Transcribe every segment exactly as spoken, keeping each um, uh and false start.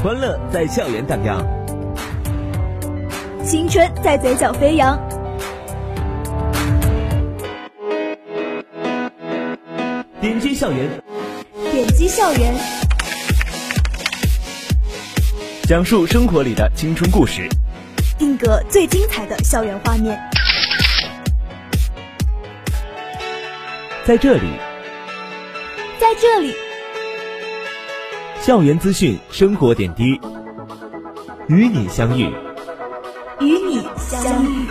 欢乐在校园荡漾， 青春在嘴角飞扬。 点击校园， 点击校园， 讲述生活里的青春故事， 定格最精彩的校园画面。 在这里， 在这里， 校园资讯，生活点滴，与你相遇， 与你相遇。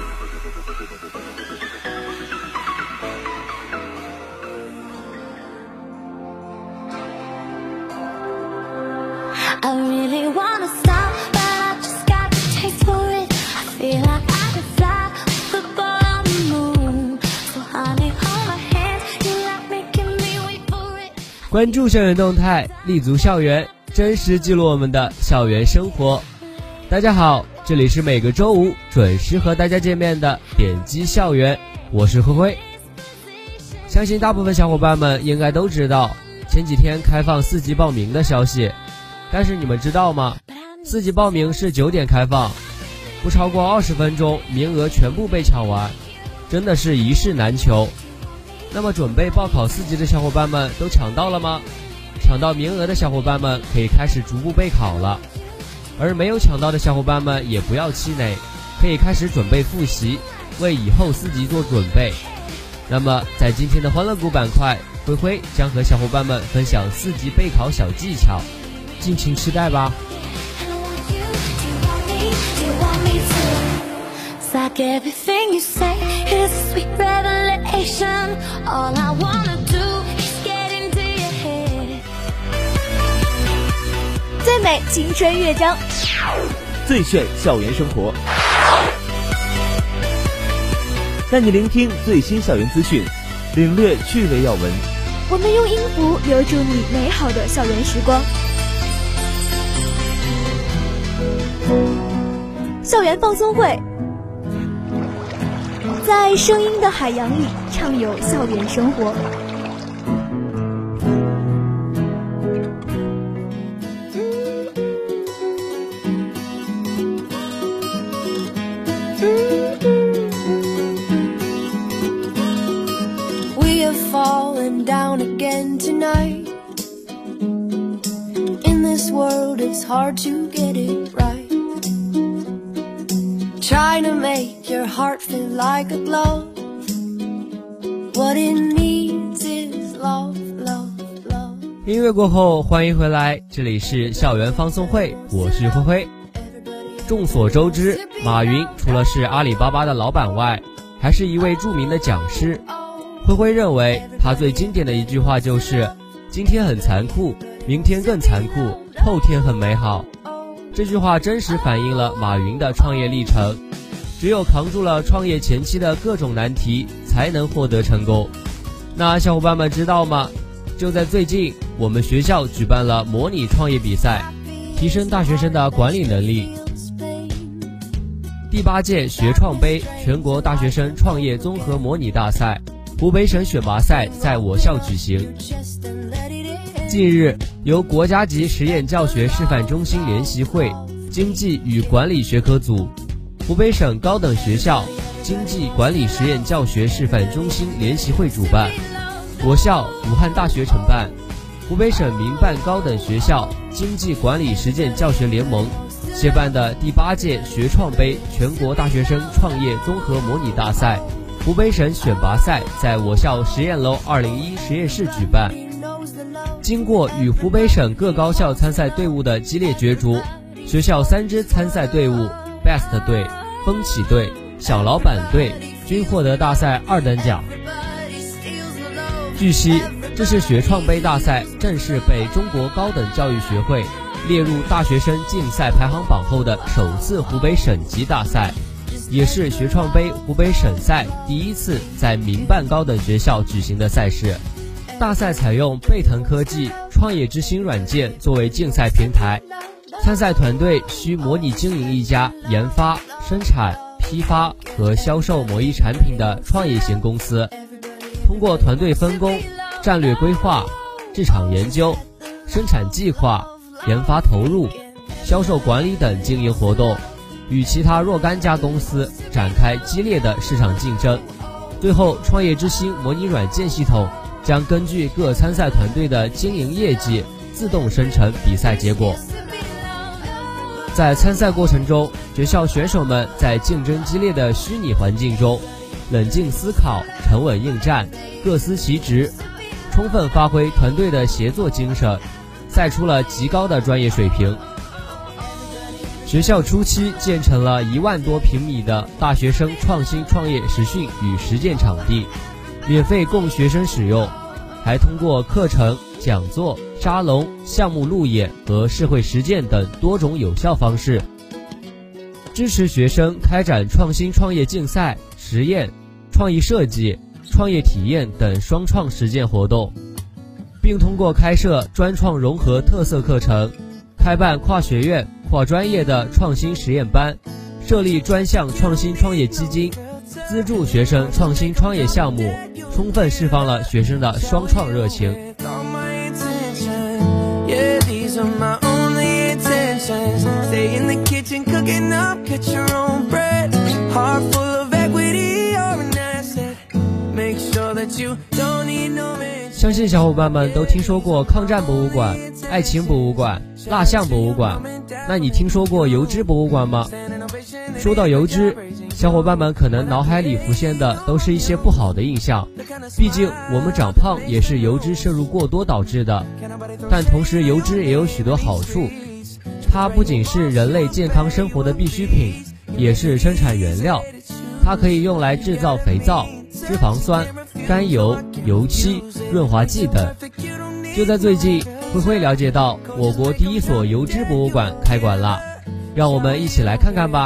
I really wanna stop, but I just got the taste for it. I feel like I could fly with the ball on the moon. So honey, hold my hand, you like making me wait for it. 关注校园动态，立足校园，真实记录我们的校园生活。大家好，这里是每个周五准时和大家见面的点击校园，我是灰灰。相信大部分小伙伴们应该都知道前几天开放四级报名的消息。但是你们知道吗？四级报名是九点开放，不超过二十分钟，名额全部被抢完，真的是一室难求。那么准备报考四级的小伙伴们都抢到了吗？抢到名额的小伙伴们可以开始逐步备考了，而没有抢到的小伙伴们也不要气馁，可以开始准备复习，为以后四级做准备。那么在今天的欢乐谷板块，灰灰将和小伙伴们分享四级备考小技巧，敬请期待吧。 Like everything you say is a sweet revelation. All I wanna do is get into your head. 最美青春乐章， 最炫校园生活，带你聆听最新校园资讯，领略趣味要闻。 我们用音符留住你美好的校园时光。校园放松会，在声音的海洋里畅游校园生活。 We have fallen down again tonight. In this world it's hard to get it right.Trying to make your heart feel like a glove. What it needs is love, love, love. 音乐过后，欢迎回来，这里是校园放送会，我是灰灰。众所周知，马云除了是阿里巴巴的老板外，还是一位著名的讲师。灰灰认为，他最经典的一句话就是今天很残酷，明天更残酷，后天很美好。这句话真实反映了马云的创业历程，只有扛住了创业前期的各种难题，才能获得成功。那小伙伴们知道吗？就在最近，我们学校举办了模拟创业比赛，提升大学生的管理能力。第八届学创杯全国大学生创业综合模拟大赛湖北省选拔赛在我校举行。近日，由国家级实验教学示范中心联席会经济与管理学科组、湖北省高等学校经济管理实验教学示范中心联席会主办，我校武汉大学承办，湖北省民办高等学校经济管理实践教学联盟协办的第八届学创杯全国大学生创业综合模拟大赛湖北省选拔赛在我校实验楼二零一实验室举办。经过与湖北省各高校参赛队伍的激烈角逐，学校三支参赛队伍 Best 队、风起队、小老板队均获得大赛二等奖。据悉，这是学创杯大赛正式被中国高等教育学会列入大学生竞赛排行榜后的首次湖北省级大赛，也是学创杯湖北省赛第一次在民办高等学校举行的赛事。大赛采用贝腾科技创业之星软件作为竞赛平台，参赛团队需模拟经营一家研发、生产、批发和销售某一产品的创业型公司，通过团队分工、战略规划、市场研究、生产计划、研发投入、 销售管理等经营活动，与其他若干家公司展开激烈的市场竞争。最后，创业之星模拟软件系统将根据各参赛团队的经营业绩自动生成比赛结果。在参赛过程中，学校选手们在竞争激烈的虚拟环境中冷静思考，沉稳应战，各司其职，充分发挥团队的协作精神，赛出了极高的专业水平。学校初期建成了一万多平米的大学生创新创业实训与实践场地，免费供学生使用，还通过课程、讲座、沙龙、项目路演和社会实践等多种有效方式，支持学生开展创新创业竞赛、实验、创意设计、创业体验等双创实践活动，并通过开设专创融合特色课程，开办跨学院、跨专业的创新实验班，设立专项创新创业基金，资助学生创新创业项目，充分释放了学生的双创热情。相信小伙伴们都听说过抗战博物馆、爱情博物馆、蜡像博物馆，那你听说过油脂博物馆吗？说到油脂，小伙伴们可能脑海里浮现的都是一些不好的印象，毕竟我们长胖也是油脂摄入过多导致的。但同时油脂也有许多好处，它不仅是人类健康生活的必需品，也是生产原料，它可以用来制造肥皂、脂肪酸、甘油、油漆、润滑剂等。就在最近，灰灰了解到我国第一所油脂博物馆开馆了，让我们一起来看看吧。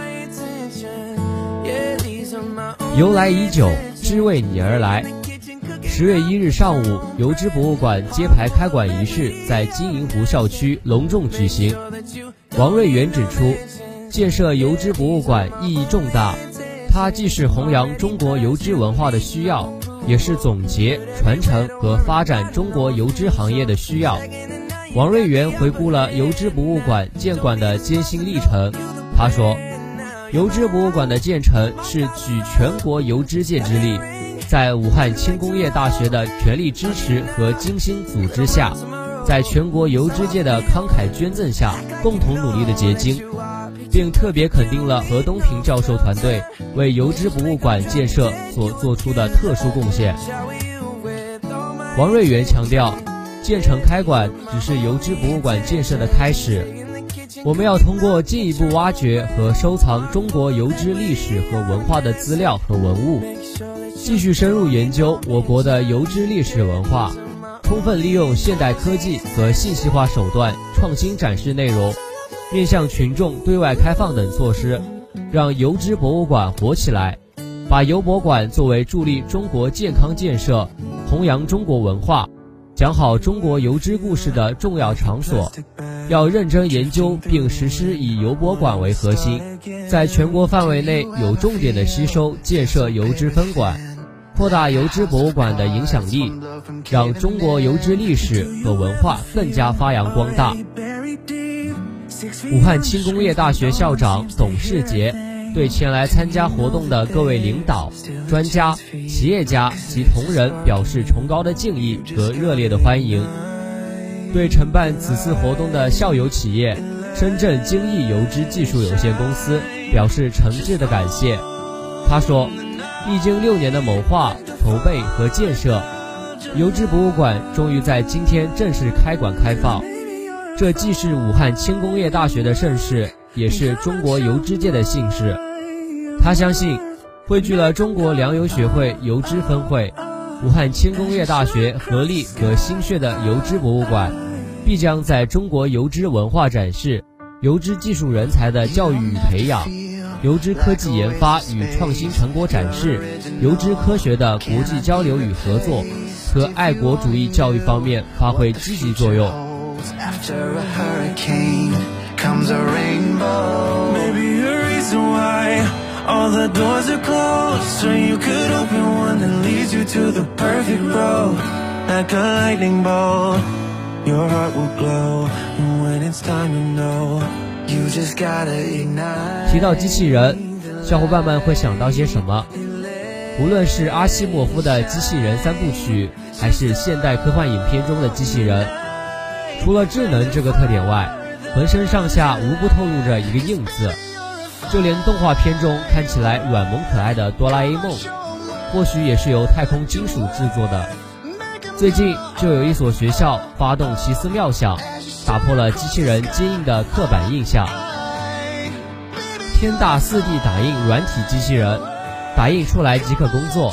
由来已久，只为你而来。十月一日上午，油脂博物馆揭牌开馆仪式在金银湖校区隆重举行。王瑞元指出，建设油脂博物馆意义重大，它既是弘扬中国油脂文化的需要，也是总结、传承和发展中国油脂行业的需要。王瑞元回顾了油脂博物馆建馆的艰辛历程，他说，油脂博物馆的建成是举全国油脂界之力，在武汉轻工业大学的全力支持和精心组织下，在全国油脂界的慷慨捐赠下，共同努力的结晶，并特别肯定了何东平教授团队为油脂博物馆建设所做出的特殊贡献。王瑞元强调，建成开馆只是油脂博物馆建设的开始，我们要通过进一步挖掘和收藏中国油脂历史和文化的资料和文物，继续深入研究我国的油脂历史文化，充分利用现代科技和信息化手段创新展示内容，面向群众对外开放等措施，让油脂博物馆活起来，把油博馆作为助力中国健康建设、弘扬中国文化、讲好中国油脂故事的重要场所。要认真研究并实施以油博馆为核心，在全国范围内有重点的吸收建设油脂分馆，扩大油脂博物馆的影响力，让中国油脂历史和文化更加发扬光大。武汉轻工业大学校长董世杰对前来参加活动的各位领导、专家、企业家及同仁表示崇高的敬意和热烈的欢迎，对承办此次活动的校友企业深圳精益油脂技术有限公司表示诚挚的感谢。他说，历经六年的谋划、筹备和建设，油脂博物馆终于在今天正式开馆开放。这既是武汉轻工业大学的盛事，也是中国油脂界的幸事。他相信，汇聚了中国粮油学会油脂分会、武汉轻工业大学合力和心血的油脂博物馆，必将在中国油脂文化展示、油脂技术人才的教育与培养、油脂科技研发与创新成果展示、油脂科学的国际交流与合作和爱国主义教育方面发挥积极作用。 After a hurricane comes a rainbow. Maybe a reason why all the doors are closed, so you could open one that leads you to the perfect road. Like a lightning bolt, your heart will glow. And when 提到机器人，小伙伴们会想到些什么？无论是阿西莫夫的机器人三部曲，还是现代科幻影片中的机器人，除了智能这个特点外，浑身上下无不透露着一个硬字。就连动画片中看起来软萌可爱的哆啦 A 梦，或许也是由太空金属制作的。最近就有一所学校发动奇思妙想，打破了机器人坚硬的刻板印象。天大 四 D 打印软体机器人，打印出来即可工作。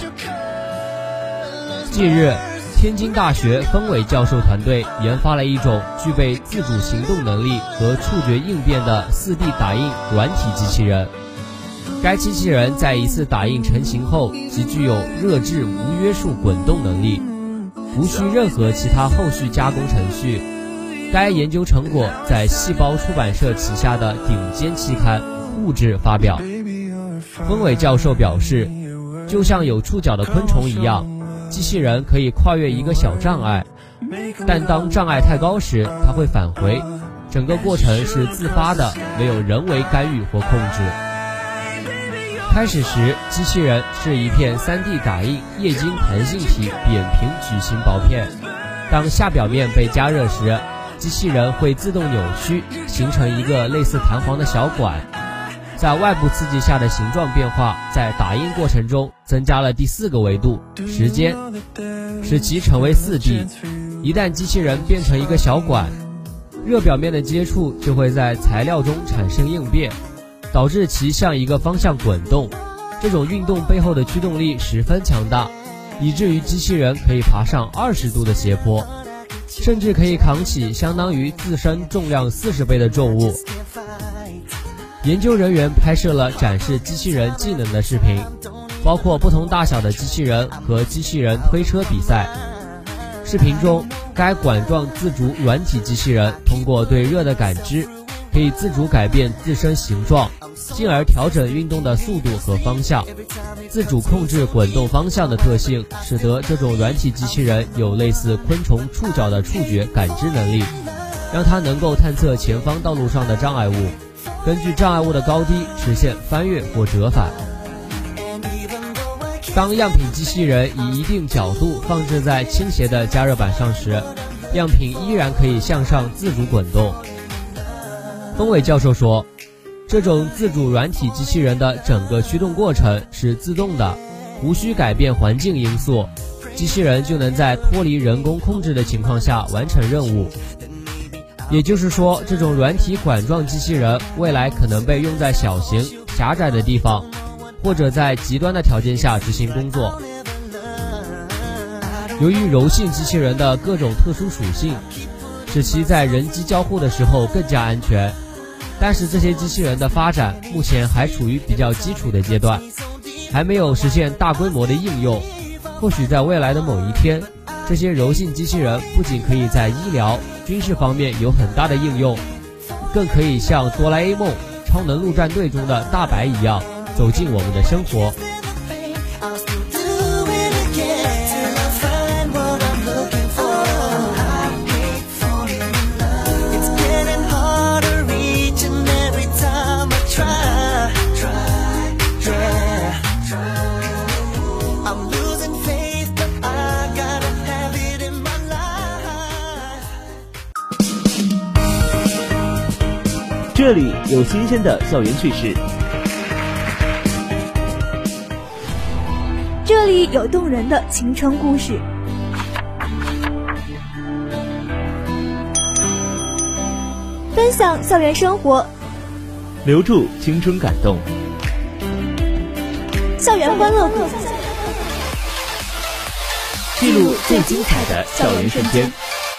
近日，天津大学分伟教授团队研发了一种具备自主行动能力和触觉应变的 四 D 打印软体机器人。该机器人在一次打印成型后即具有热质无约束滚动能力，无需任何其他后续加工程序。该研究成果在细胞出版社旗下的顶尖期刊《物质》发表。分伟教授表示，就像有触角的昆虫一样，机器人可以跨越一个小障碍，但当障碍太高时，它会返回，整个过程是自发的，没有人为干预或控制。开始时，机器人是一片 三 D 打印液晶弹性体扁平矩形薄片，当下表面被加热时，机器人会自动扭曲，形成一个类似弹簧的小管。在外部刺激下的形状变化，在打印过程中增加了第四个维度——时间，使其成为 四 D。 一旦机器人变成一个小管，热表面的接触就会在材料中产生应变，导致其向一个方向滚动。这种运动背后的驱动力十分强大，以至于机器人可以爬上二十度的斜坡，甚至可以扛起相当于自身重量四十倍的重物。研究人员拍摄了展示机器人技能的视频，包括不同大小的机器人和机器人推车比赛。视频中，该管状自主软体机器人通过对热的感知，可以自主改变自身形状，进而调整运动的速度和方向。自主控制滚动方向的特性，使得这种软体机器人有类似昆虫触角的触觉感知能力，让它能够探测前方道路上的障碍物，根据障碍物的高低实现翻越或折返。当样品机器人以一定角度放置在倾斜的加热板上时，样品依然可以向上自主滚动。分伟教授说，这种自主软体机器人的整个驱动过程是自动的，无需改变环境因素，机器人就能在脱离人工控制的情况下完成任务。也就是说，这种软体管状机器人未来可能被用在小型、狭窄的地方，或者在极端的条件下执行工作。由于柔性机器人的各种特殊属性，使其在人机交互的时候更加安全，但是这些机器人的发展目前还处于比较基础的阶段，还没有实现大规模的应用。或许在未来的某一天，这些柔性机器人不仅可以在医疗、军事方面有很大的应用，更可以像哆啦 A 梦、超能陆战队中的大白一样走进我们的生活。 这里有新鲜的校园趣事， 这里有动人的青春故事，分享校园生活， 留住青春感动， 校园欢乐谷， 记录最精彩的校园瞬间。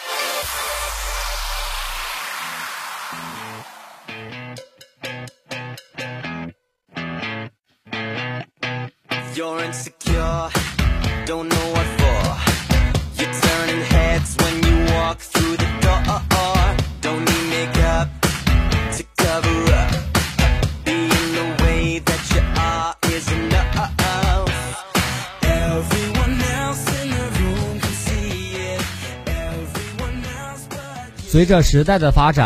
You're insecure, don't know what for. You're turning heads when you walk through the door. Don't need makeup to cover up. Being the way that you are is enough. Everyone else in the room can see it. Everyone else but you. 随着时代的发展，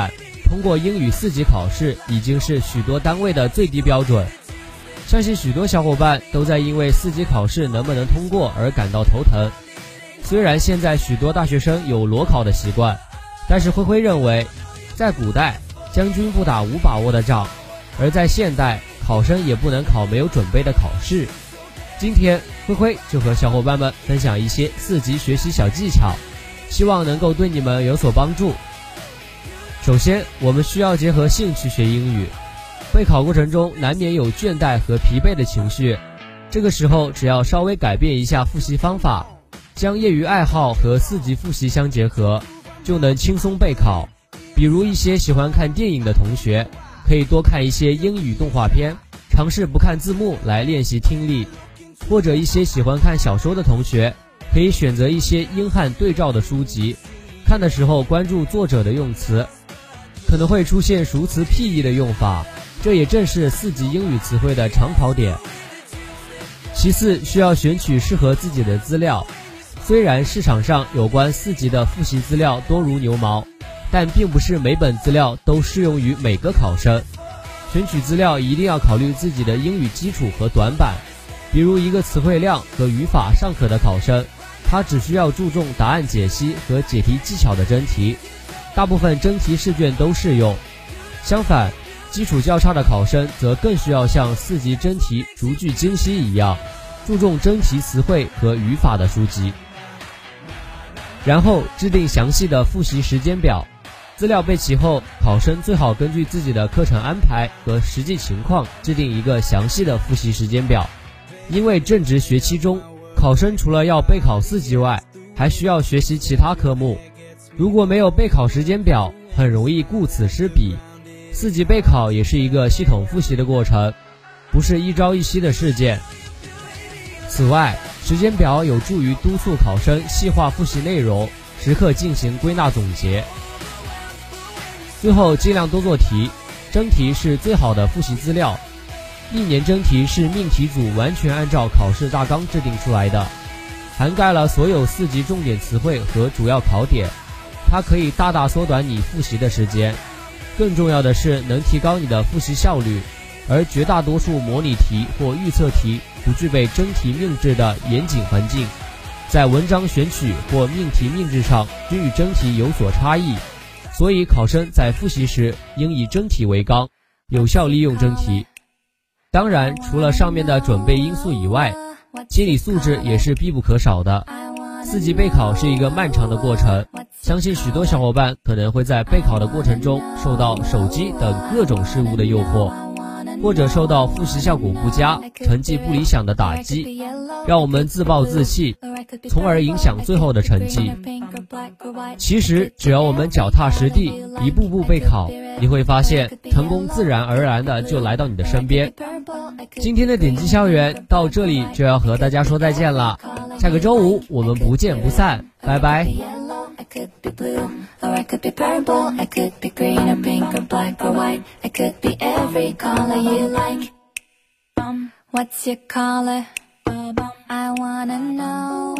通过英语四级考试已经是许多单位的最低标准。相信许多小伙伴都在因为四级考试能不能通过而感到头疼。虽然现在许多大学生有裸考的习惯，但是灰灰认为，在古代将军不打无把握的仗，而在现代考生也不能考没有准备的考试。今天灰灰就和小伙伴们分享一些四级学习小技巧，希望能够对你们有所帮助。首先，我们需要结合兴趣学英语。备考过程中难免有倦怠和疲惫的情绪，这个时候只要稍微改变一下复习方法，将业余爱好和四级复习相结合，就能轻松备考。比如一些喜欢看电影的同学，可以多看一些英语动画片，尝试不看字幕来练习听力；或者一些喜欢看小说的同学，可以选择一些英汉对照的书籍，看的时候关注作者的用词，可能会出现熟词僻义的用法，这也正是四级英语词汇的常考点。其次，需要选取适合自己的资料。虽然市场上有关四级的复习资料多如牛毛，但并不是每本资料都适用于每个考生。选取资料一定要考虑自己的英语基础和短板。比如一个词汇量和语法尚可的考生，他只需要注重答案解析和解题技巧的真题，大部分真题试卷都适用。相反，基础较差的考生则更需要像四级真题逐句精析一样，注重真题词汇和语法的书籍。然后制定详细的复习时间表。资料备齐后，考生最好根据自己的课程安排和实际情况制定一个详细的复习时间表。因为正值学期中，考生除了要备考四级外，还需要学习其他科目。如果没有备考时间表，很容易顾此失彼。四级备考也是一个系统复习的过程，不是一朝一夕的事件。此外，时间表有助于督促考生细化复习内容，时刻进行归纳总结。最后，尽量多做题，真题是最好的复习资料。历年真题是命题组完全按照考试大纲制定出来的，涵盖了所有四级重点词汇和主要考点，它可以大大缩短你复习的时间。更重要的是能提高你的复习效率，而绝大多数模拟题或预测题不具备真题命制的严谨环境，在文章选取或命题命制上均与真题有所差异，所以考生在复习时应以真题为纲，有效利用真题。当然，除了上面的准备因素以外，心理素质也是必不可少的。四级备考是一个漫长的过程，相信许多小伙伴可能会在备考的过程中受到手机等各种事物的诱惑，或者受到复习效果不佳、成绩不理想的打击，让我们自暴自弃，从而影响最后的成绩。其实只要我们脚踏实地，一步步备考，你会发现成功自然而然的就来到你的身边。今天的点击校园到这里就要和大家说再见了，下个周五我们不见不散，拜拜。 I could be blue, or I could be purple, I could be green or pink or black or white, I could be every color you like. What's your color? I wanna know.